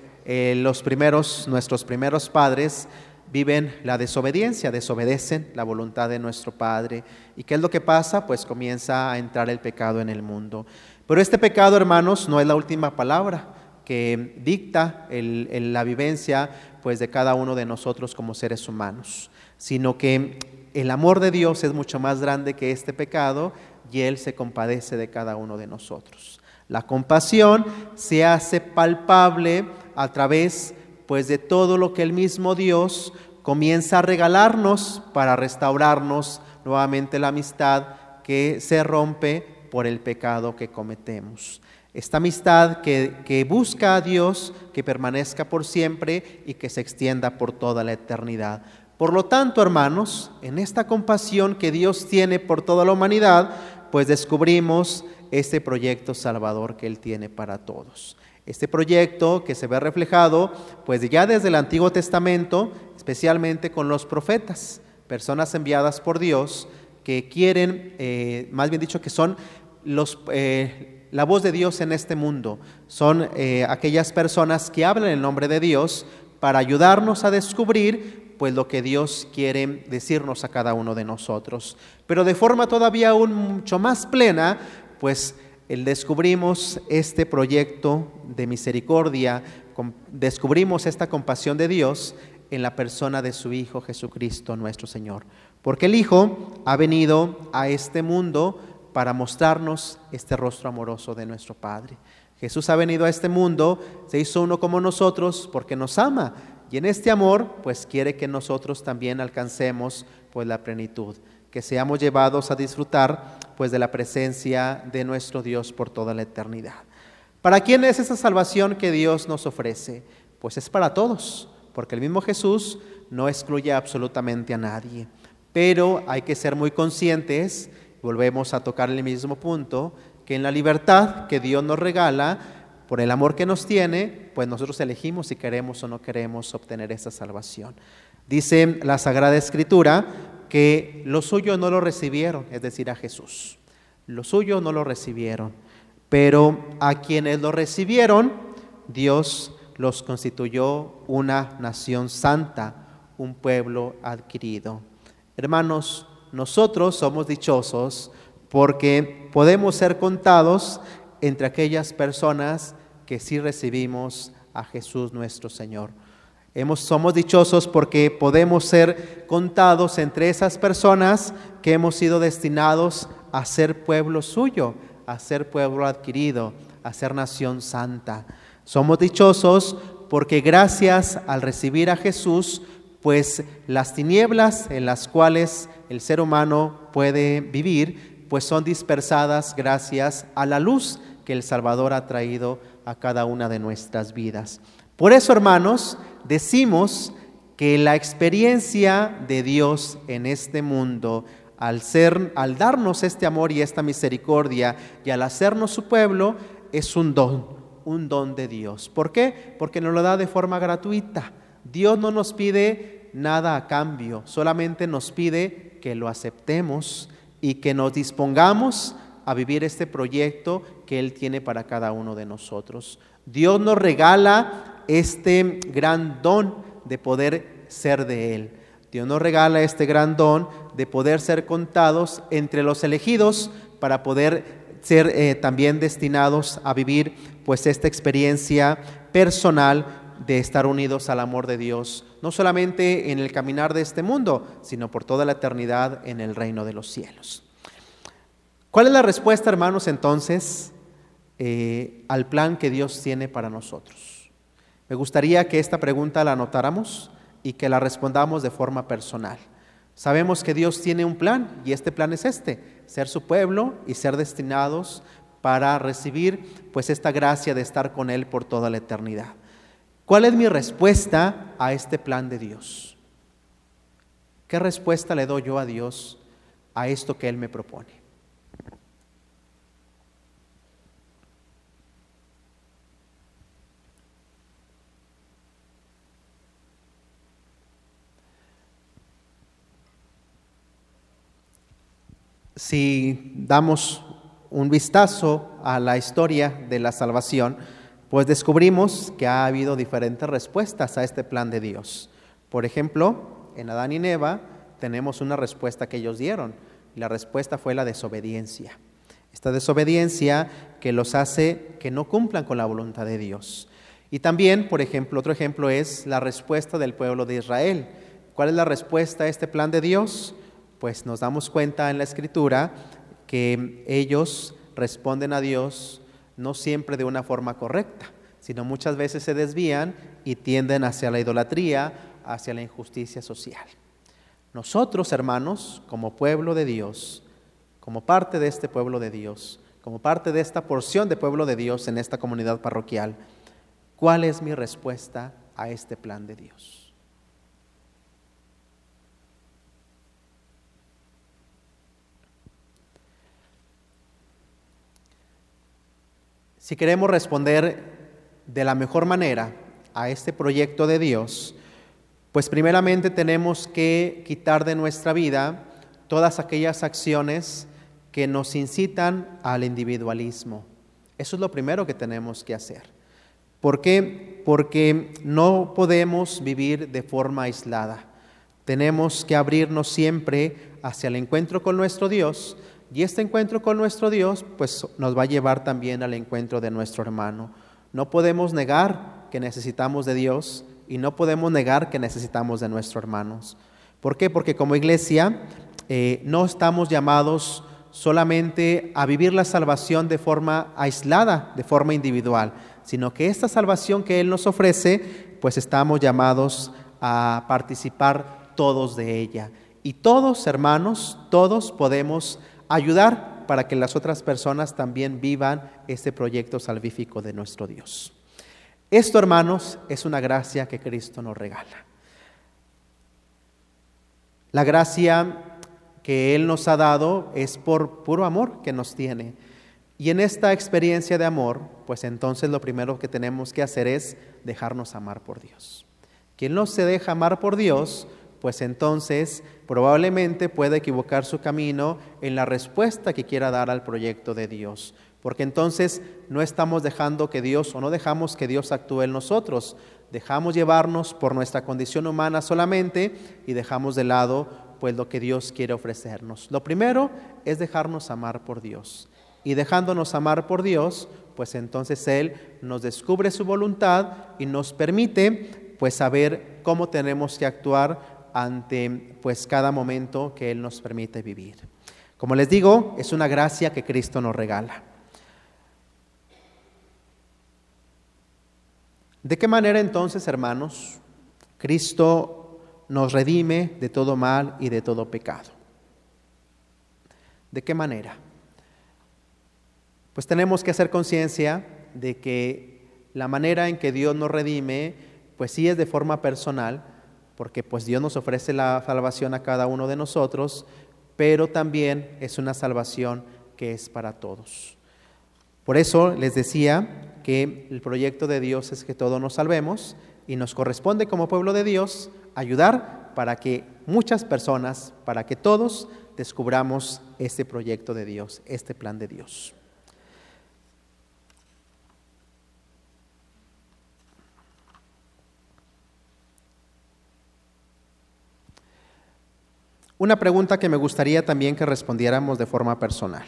nuestros primeros padres viven la desobediencia, desobedecen la voluntad de nuestro Padre. ¿Y qué es lo que pasa? Pues comienza a entrar el pecado en el mundo. Pero este pecado, hermanos, no es la última palabra que dicta la vivencia pues, de cada uno de nosotros como seres humanos, sino que el amor de Dios es mucho más grande que este pecado y Él se compadece de cada uno de nosotros. La compasión se hace palpable a través pues de todo lo que el mismo Dios comienza a regalarnos para restaurarnos nuevamente la amistad que se rompe por el pecado que cometemos. Esta amistad que busca a Dios, que permanezca por siempre y que se extienda por toda la eternidad. Por lo tanto, hermanos, en esta compasión que Dios tiene por toda la humanidad, pues descubrimos este proyecto salvador que Él tiene para todos. Este proyecto que se ve reflejado pues ya desde el Antiguo Testamento, especialmente con los profetas, personas enviadas por Dios que quieren, más bien dicho, que son la voz de Dios en este mundo. Son aquellas personas que hablan en nombre de Dios para ayudarnos a descubrir pues lo que Dios quiere decirnos a cada uno de nosotros. Pero de forma todavía aún mucho más plena, pues descubrimos este proyecto de misericordia, descubrimos esta compasión de Dios en la persona de su Hijo Jesucristo nuestro Señor. Porque el Hijo ha venido a este mundo para mostrarnos este rostro amoroso de nuestro Padre. Jesús ha venido a este mundo, se hizo uno como nosotros porque nos ama. Y en este amor, pues quiere que nosotros también alcancemos pues la plenitud, que seamos llevados a disfrutar pues de la presencia de nuestro Dios por toda la eternidad. ¿Para quién es esa salvación que Dios nos ofrece? Pues es para todos, porque el mismo Jesús no excluye absolutamente a nadie. Pero hay que ser muy conscientes, volvemos a tocar el mismo punto, que en la libertad que Dios nos regala, por el amor que nos tiene, pues nosotros elegimos si queremos o no queremos obtener esa salvación. Dice la Sagrada Escritura que los suyos no lo recibieron, es decir, a Jesús. Los suyos no lo recibieron, pero a quienes lo recibieron, Dios los constituyó una nación santa, un pueblo adquirido. Hermanos, nosotros somos dichosos porque podemos ser contados entre aquellas personas que sí recibimos a Jesús nuestro Señor. Somos dichosos porque podemos ser contados entre esas personas que hemos sido destinados a ser pueblo suyo, a ser pueblo adquirido, a ser nación santa. Somos dichosos porque gracias al recibir a Jesús, pues las tinieblas en las cuales el ser humano puede vivir, pues son dispersadas gracias a la luz que el Salvador ha traído a cada una de nuestras vidas. Por eso, hermanos, decimos que la experiencia de Dios en este mundo, al darnos este amor y esta misericordia y al hacernos su pueblo, es un don de Dios. ¿Por qué? Porque nos lo da de forma gratuita. Dios no nos pide nada a cambio, solamente nos pide que lo aceptemos y que nos dispongamos a vivir este proyecto que Él tiene para cada uno de nosotros. Dios nos regala este gran don de poder ser de Él. Dios nos regala este gran don de poder ser contados entre los elegidos para poder ser también destinados a vivir pues esta experiencia personal de estar unidos al amor de Dios, no solamente en el caminar de este mundo, sino por toda la eternidad en el reino de los cielos. ¿Cuál es la respuesta, hermanos, entonces, al plan que Dios tiene para nosotros? Me gustaría que esta pregunta la anotáramos y que la respondamos de forma personal. Sabemos que Dios tiene un plan y este plan es ser su pueblo y ser destinados para recibir pues esta gracia de estar con Él por toda la eternidad. ¿Cuál es mi respuesta a este plan de Dios? ¿Qué respuesta le doy yo a Dios a esto que Él me propone? Si damos un vistazo a la historia de la salvación, pues descubrimos que ha habido diferentes respuestas a este plan de Dios. Por ejemplo, en Adán y Eva tenemos una respuesta que ellos dieron, y la respuesta fue la desobediencia. Esta desobediencia que los hace que no cumplan con la voluntad de Dios. Y también, por ejemplo, otro ejemplo es la respuesta del pueblo de Israel. ¿Cuál es la respuesta a este plan de Dios? Pues nos damos cuenta en la Escritura que ellos responden a Dios no siempre de una forma correcta, sino muchas veces se desvían y tienden hacia la idolatría, hacia la injusticia social. Nosotros, hermanos, como pueblo de Dios, como parte de este pueblo de Dios, como parte de esta porción de pueblo de Dios en esta comunidad parroquial, ¿cuál es mi respuesta a este plan de Dios? Si queremos responder de la mejor manera a este proyecto de Dios, pues primeramente tenemos que quitar de nuestra vida todas aquellas acciones que nos incitan al individualismo. Eso es lo primero que tenemos que hacer. ¿Por qué? Porque no podemos vivir de forma aislada. Tenemos que abrirnos siempre hacia el encuentro con nuestro Dios. Y este encuentro con nuestro Dios, pues nos va a llevar también al encuentro de nuestro hermano. No podemos negar que necesitamos de Dios y no podemos negar que necesitamos de nuestros hermanos. ¿Por qué? Porque como iglesia no estamos llamados solamente a vivir la salvación de forma aislada, de forma individual, sino que esta salvación que Él nos ofrece, pues estamos llamados a participar todos de ella. Y todos, hermanos, todos podemos ayudar para que las otras personas también vivan este proyecto salvífico de nuestro Dios. Esto, hermanos, es una gracia que Cristo nos regala. La gracia que Él nos ha dado es por puro amor que nos tiene. Y en esta experiencia de amor, pues entonces lo primero que tenemos que hacer es dejarnos amar por Dios. Quien no se deja amar por Dios, pues entonces probablemente puede equivocar su camino en la respuesta que quiera dar al proyecto de Dios. Porque entonces no estamos dejando que Dios, o no dejamos que Dios actúe en nosotros. Dejamos llevarnos por nuestra condición humana solamente y dejamos de lado pues lo que Dios quiere ofrecernos. Lo primero es dejarnos amar por Dios. Y dejándonos amar por Dios, pues entonces Él nos descubre su voluntad y nos permite pues saber cómo tenemos que actuar ante pues cada momento que Él nos permite vivir. Como les digo, es una gracia que Cristo nos regala. ¿De qué manera entonces, hermanos, Cristo nos redime de todo mal y de todo pecado? ¿De qué manera? Pues tenemos que hacer conciencia de que la manera en que Dios nos redime, pues sí es de forma personal, porque pues Dios nos ofrece la salvación a cada uno de nosotros, pero también es una salvación que es para todos. Por eso les decía que el proyecto de Dios es que todos nos salvemos y nos corresponde como pueblo de Dios ayudar para que muchas personas, para que todos descubramos este proyecto de Dios, este plan de Dios. Una pregunta que me gustaría también que respondiéramos de forma personal.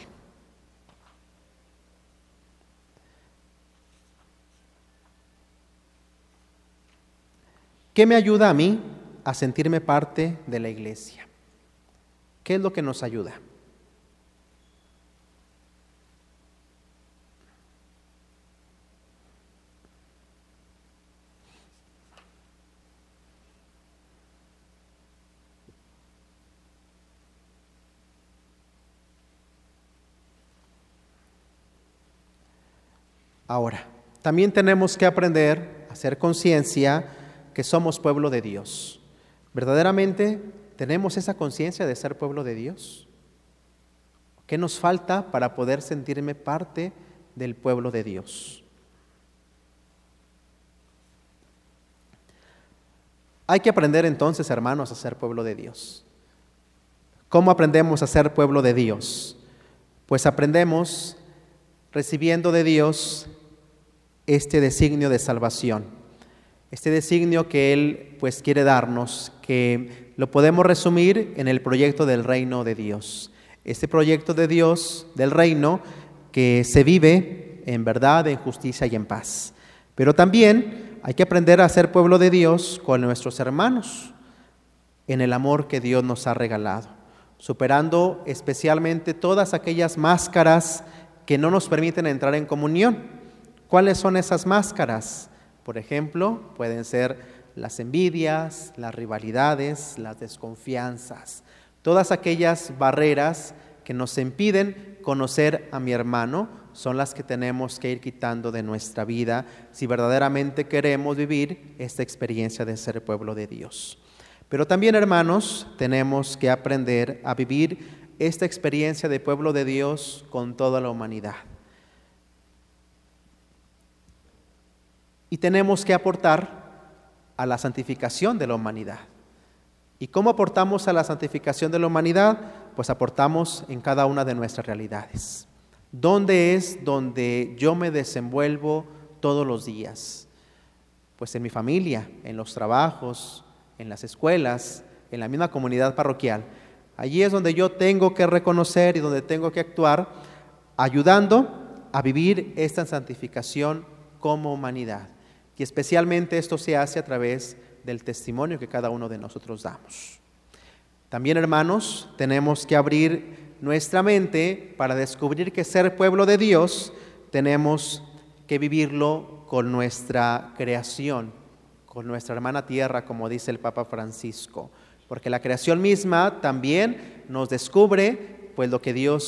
¿Qué me ayuda a mí a sentirme parte de la iglesia? ¿Qué es lo que nos ayuda? Ahora, también tenemos que aprender a hacer conciencia que somos pueblo de Dios. ¿Verdaderamente tenemos esa conciencia de ser pueblo de Dios? ¿Qué nos falta para poder sentirme parte del pueblo de Dios? Hay que aprender entonces, hermanos, a ser pueblo de Dios. ¿Cómo aprendemos a ser pueblo de Dios? Pues aprendemos recibiendo de Dios este designio de salvación, este designio que Él pues quiere darnos, que lo podemos resumir en el proyecto del reino de Dios. Este proyecto de Dios, del reino, que se vive en verdad, en justicia y en paz. Pero también hay que aprender a ser pueblo de Dios con nuestros hermanos, en el amor que Dios nos ha regalado, superando especialmente todas aquellas máscaras que no nos permiten entrar en comunión. ¿Cuáles son esas máscaras? Por ejemplo, pueden ser las envidias, las rivalidades, las desconfianzas, todas aquellas barreras que nos impiden conocer a mi hermano son las que tenemos que ir quitando de nuestra vida si verdaderamente queremos vivir esta experiencia de ser pueblo de Dios. Pero también, hermanos, tenemos que aprender a vivir esta experiencia de pueblo de Dios con toda la humanidad. Y tenemos que aportar a la santificación de la humanidad. ¿Y cómo aportamos a la santificación de la humanidad? Pues aportamos en cada una de nuestras realidades. ¿Dónde es donde yo me desenvuelvo todos los días? Pues en mi familia, en los trabajos, en las escuelas, en la misma comunidad parroquial. Allí es donde yo tengo que reconocer y donde tengo que actuar, ayudando a vivir esta santificación como humanidad. Y especialmente esto se hace a través del testimonio que cada uno de nosotros damos. También, hermanos, tenemos que abrir nuestra mente para descubrir que ser pueblo de Dios tenemos que vivirlo con nuestra creación, con nuestra hermana tierra, como dice el Papa Francisco, porque la creación misma también nos descubre pues lo que Dios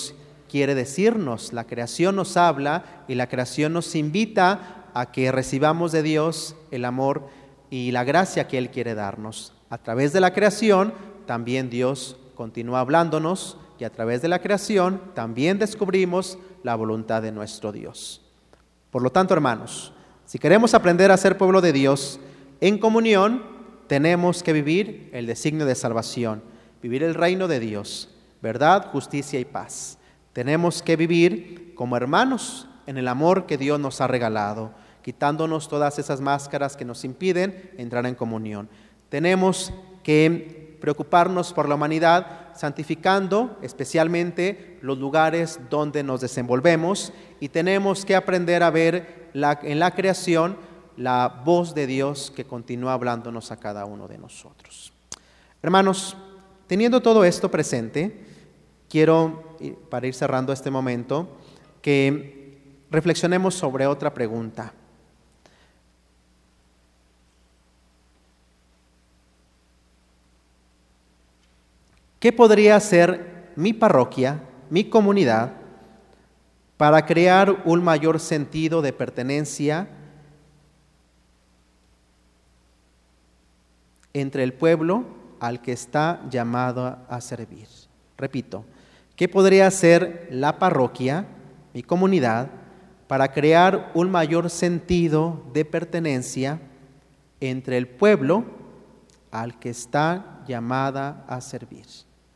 quiere decirnos. La creación nos habla y la creación nos invita a que recibamos de Dios el amor y la gracia que Él quiere darnos. A través de la creación también Dios continúa hablándonos y a través de la creación también descubrimos la voluntad de nuestro Dios. Por lo tanto, hermanos, si queremos aprender a ser pueblo de Dios en comunión, tenemos que vivir el designio de salvación, vivir el reino de Dios, verdad, justicia y paz. Tenemos que vivir como hermanos en el amor que Dios nos ha regalado, quitándonos todas esas máscaras que nos impiden entrar en comunión. Tenemos que preocuparnos por la humanidad, santificando especialmente los lugares donde nos desenvolvemos, y tenemos que aprender a ver en la creación la voz de Dios que continúa hablándonos a cada uno de nosotros. Hermanos, teniendo todo esto presente, quiero, para ir cerrando este momento, que reflexionemos sobre otra pregunta. ¿Qué podría hacer mi parroquia, mi comunidad, para crear un mayor sentido de pertenencia entre el pueblo al que está llamado a servir? Repito, ¿qué podría hacer la parroquia, mi comunidad, para crear un mayor sentido de pertenencia entre el pueblo al que está llamada a servir?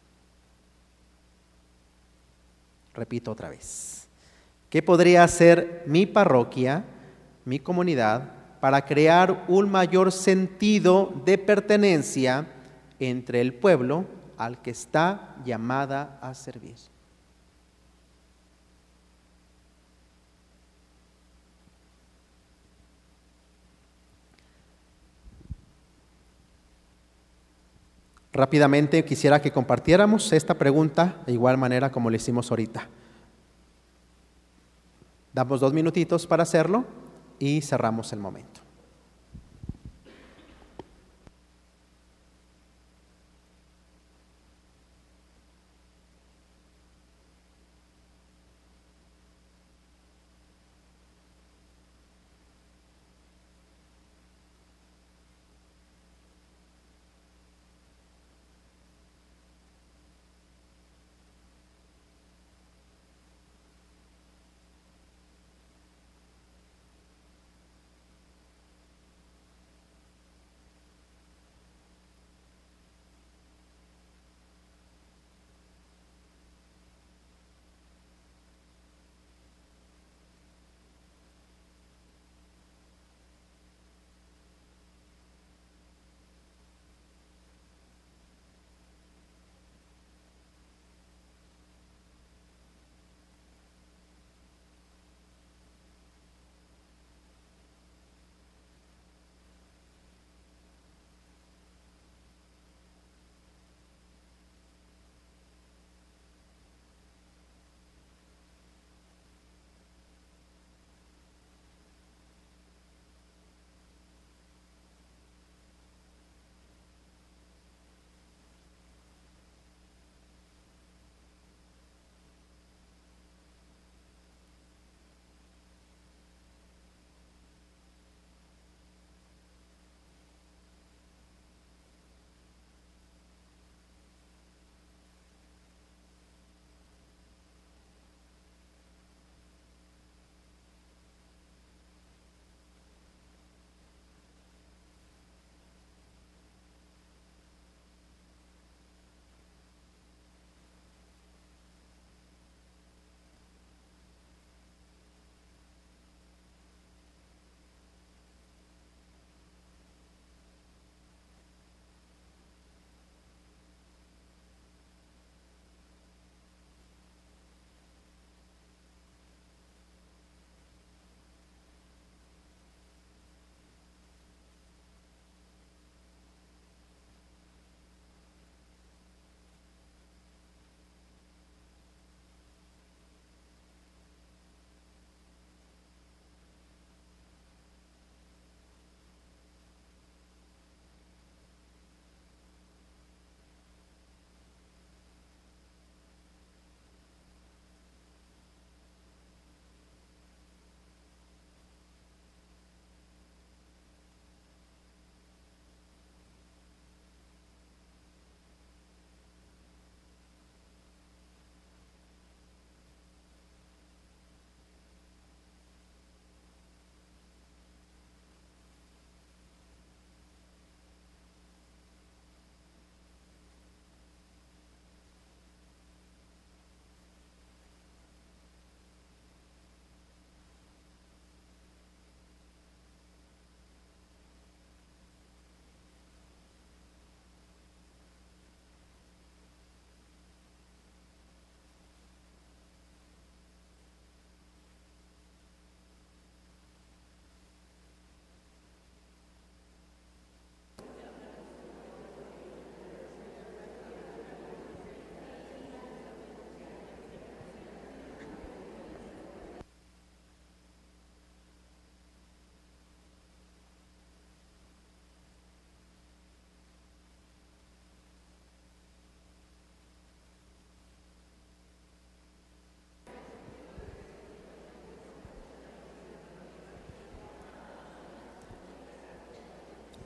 Repito otra vez. ¿Qué podría hacer mi parroquia, mi comunidad, para crear un mayor sentido de pertenencia entre el pueblo al que está llamada a servir? Rápidamente quisiera que compartiéramos esta pregunta de igual manera como lo hicimos ahorita. Damos 2 minutitos para hacerlo y cerramos el momento.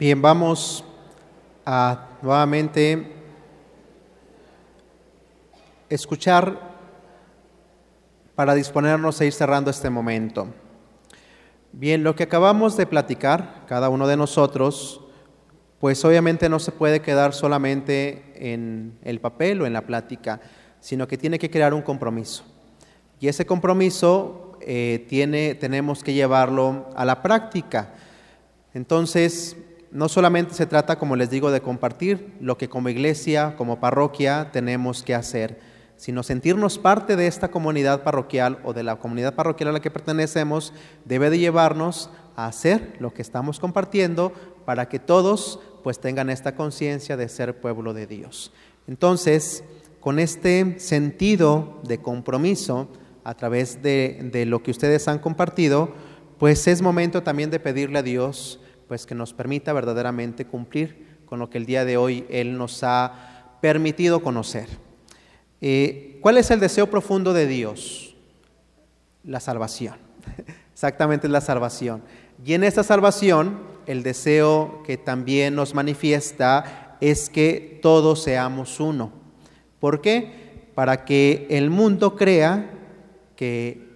Bien, vamos a nuevamente escuchar para disponernos a ir cerrando este momento. Bien, lo que acabamos de platicar, cada uno de nosotros, pues obviamente no se puede quedar solamente en el papel o en la plática, sino que tiene que crear un compromiso. Y ese compromiso tenemos que llevarlo a la práctica. Entonces, no solamente se trata, como les digo, de compartir lo que como iglesia, como parroquia, tenemos que hacer, sino sentirnos parte de esta comunidad parroquial o de la comunidad parroquial a la que pertenecemos, debe de llevarnos a hacer lo que estamos compartiendo para que todos pues tengan esta conciencia de ser pueblo de Dios. Entonces, con este sentido de compromiso a través de lo que ustedes han compartido, pues es momento también de pedirle a Dios pues que nos permita verdaderamente cumplir con lo que el día de hoy Él nos ha permitido conocer. ¿Cuál es el deseo profundo de Dios? La salvación. Exactamente, es la salvación. Y en esta salvación, el deseo que también nos manifiesta es que todos seamos uno. ¿Por qué? Para que el mundo crea que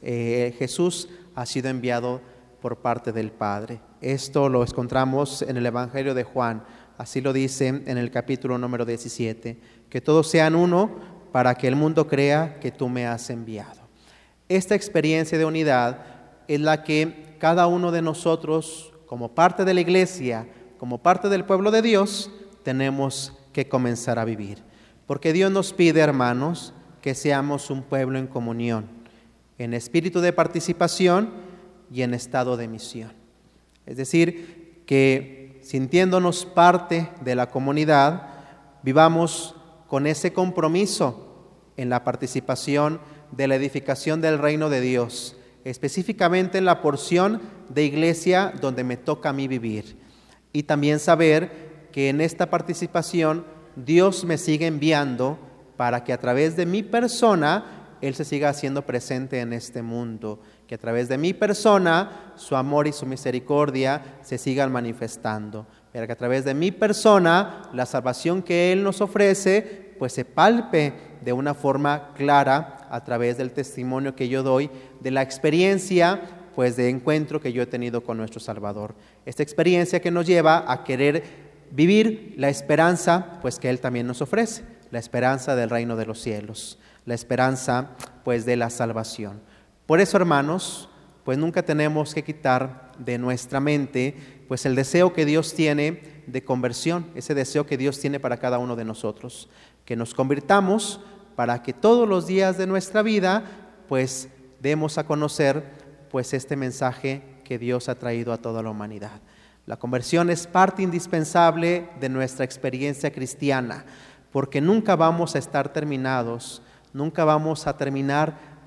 Jesús ha sido enviado por parte del Padre. Esto lo encontramos en el Evangelio de Juan, así lo dice en el capítulo número 17, que todos sean uno para que el mundo crea que tú me has enviado. Esta experiencia de unidad es la que cada uno de nosotros, como parte de la iglesia, como parte del pueblo de Dios, tenemos que comenzar a vivir. Porque Dios nos pide, hermanos, que seamos un pueblo en comunión, en espíritu de participación y en estado de misión. Es decir, que sintiéndonos parte de la comunidad, vivamos con ese compromiso en la participación de la edificación del reino de Dios, específicamente en la porción de iglesia donde me toca a mí vivir. Y también saber que en esta participación Dios me sigue enviando para que a través de mi persona Él se siga haciendo presente en este mundo, que a través de mi persona su amor y su misericordia se sigan manifestando, para que a través de mi persona la salvación que Él nos ofrece pues se palpe de una forma clara a través del testimonio que yo doy, de la experiencia pues de encuentro que yo he tenido con nuestro Salvador. Esta experiencia que nos lleva a querer vivir la esperanza pues que Él también nos ofrece, la esperanza del reino de los cielos, la esperanza pues de la salvación. Por eso, hermanos, pues nunca tenemos que quitar de nuestra mente pues el deseo que Dios tiene de conversión, ese deseo que Dios tiene para cada uno de nosotros, que nos convirtamos para que todos los días de nuestra vida pues demos a conocer pues este mensaje que Dios ha traído a toda la humanidad. La conversión es parte indispensable de nuestra experiencia cristiana, porque nunca vamos a estar terminados, nunca vamos a terminar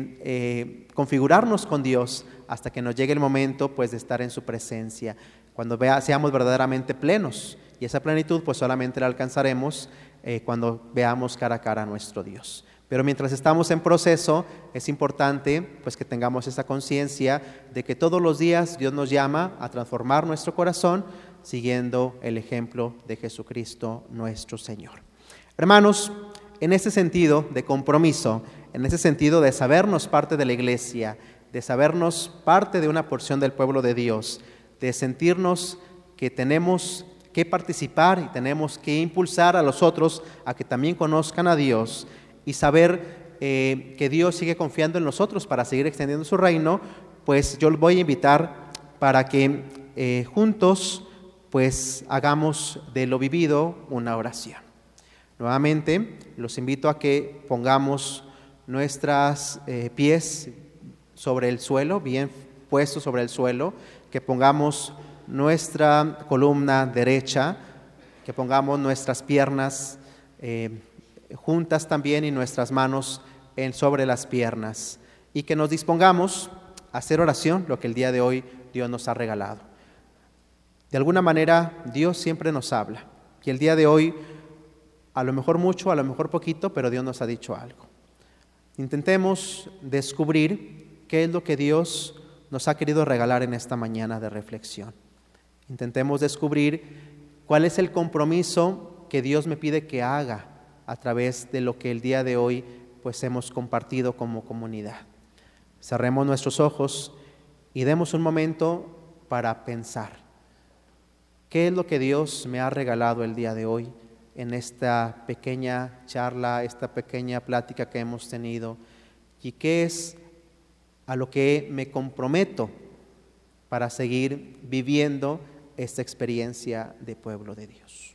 de configurarnos con Dios hasta que nos llegue el momento pues de estar en su presencia, cuando seamos verdaderamente plenos, y esa plenitud pues solamente la alcanzaremos cuando veamos cara a cara a nuestro Dios. Pero mientras estamos en proceso, es importante pues que tengamos esa conciencia de que todos los días Dios nos llama a transformar nuestro corazón siguiendo el ejemplo de Jesucristo nuestro Señor. Hermanos, en ese sentido de compromiso, en ese sentido de sabernos parte de la iglesia, de sabernos parte de una porción del pueblo de Dios, de sentirnos que tenemos que participar y tenemos que impulsar a los otros a que también conozcan a Dios y saber que Dios sigue confiando en nosotros para seguir extendiendo su reino, pues yo los voy a invitar para que juntos pues hagamos de lo vivido una oración. Nuevamente los invito a que pongamos nuestros pies sobre el suelo, bien puestos sobre el suelo, que pongamos nuestra columna derecha, que pongamos nuestras piernas juntas también y nuestras manos sobre las piernas, y que nos dispongamos a hacer oración, lo que el día de hoy Dios nos ha regalado. De alguna manera Dios siempre nos habla, y el día de hoy a lo mejor mucho, a lo mejor poquito, pero Dios nos ha dicho algo. Intentemos descubrir qué es lo que Dios nos ha querido regalar en esta mañana de reflexión. Intentemos descubrir cuál es el compromiso que Dios me pide que haga a través de lo que el día de hoy pues hemos compartido como comunidad. Cerremos nuestros ojos y demos un momento para pensar. ¿Qué es lo que Dios me ha regalado el día de hoy en esta pequeña charla, esta pequeña plática que hemos tenido? ¿Y qué es a lo que me comprometo para seguir viviendo esta experiencia de pueblo de Dios?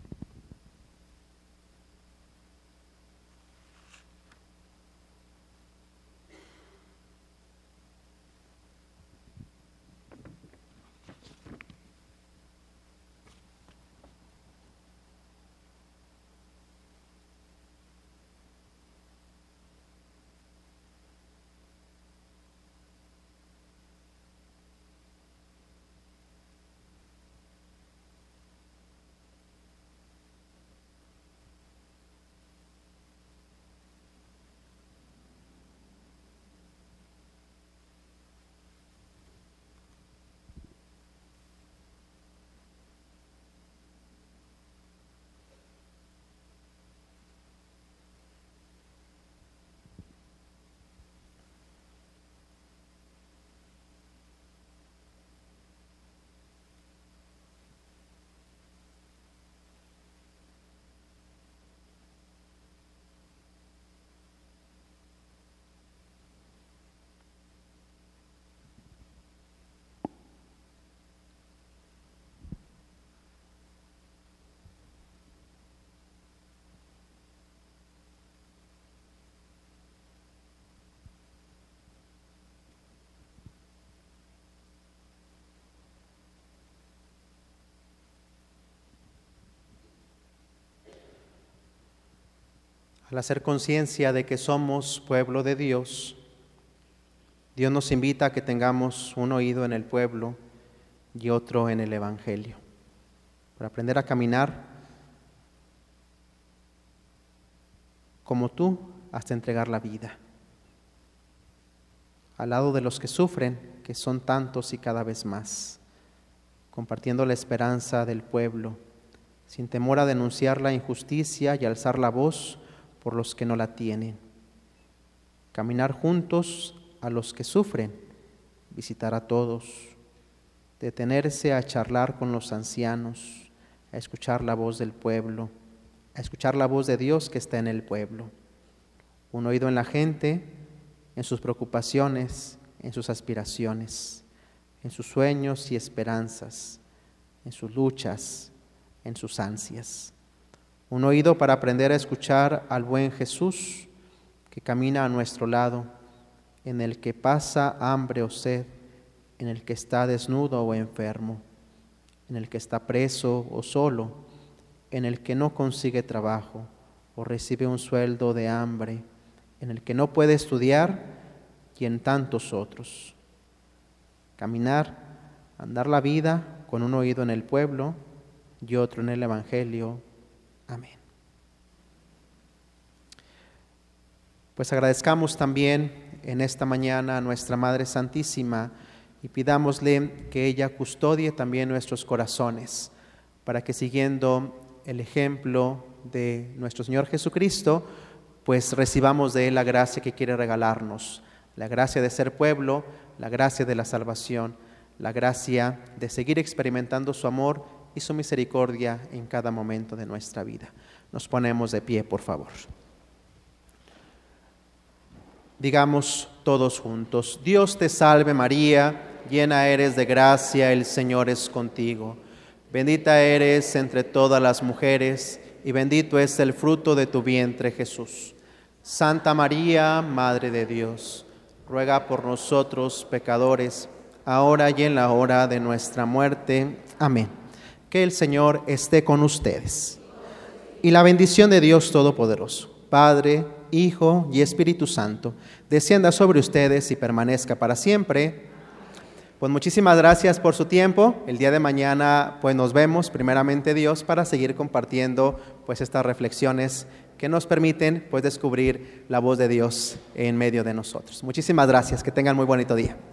Al hacer conciencia de que somos pueblo de Dios, Dios nos invita a que tengamos un oído en el pueblo y otro en el Evangelio, para aprender a caminar como tú hasta entregar la vida, al lado de los que sufren, que son tantos y cada vez más, compartiendo la esperanza del pueblo, sin temor a denunciar la injusticia y alzar la voz por los que no la tienen. Caminar juntos a los que sufren, visitar a todos, detenerse a charlar con los ancianos, a escuchar la voz del pueblo, a escuchar la voz de Dios que está en el pueblo. Un oído en la gente, en sus preocupaciones, en sus aspiraciones, en sus sueños y esperanzas, en sus luchas, en sus ansias. Un oído para aprender a escuchar al buen Jesús que camina a nuestro lado, en el que pasa hambre o sed, en el que está desnudo o enfermo, en el que está preso o solo, en el que no consigue trabajo o recibe un sueldo de hambre, en el que no puede estudiar y en tantos otros. Caminar, andar la vida con un oído en el pueblo y otro en el Evangelio. Amén. Pues agradezcamos también en esta mañana a nuestra Madre Santísima y pidámosle que ella custodie también nuestros corazones, para que siguiendo el ejemplo de nuestro Señor Jesucristo, pues recibamos de Él la gracia que quiere regalarnos, la gracia de ser pueblo, la gracia de la salvación, la gracia de seguir experimentando su amor y su misericordia en cada momento de nuestra vida. Nos ponemos de pie, por favor. Digamos todos juntos: Dios te salve María, llena eres de gracia, el Señor es contigo. Bendita eres entre todas las mujeres y bendito es el fruto de tu vientre, Jesús. Santa María, Madre de Dios, ruega por nosotros pecadores, ahora y en la hora de nuestra muerte. Amén. Que el Señor esté con ustedes. Y la bendición de Dios Todopoderoso, Padre, Hijo y Espíritu Santo, descienda sobre ustedes y permanezca para siempre. Pues muchísimas gracias por su tiempo. El día de mañana pues nos vemos, primeramente Dios, para seguir compartiendo pues estas reflexiones que nos permiten pues descubrir la voz de Dios en medio de nosotros. Muchísimas gracias, que tengan muy bonito día.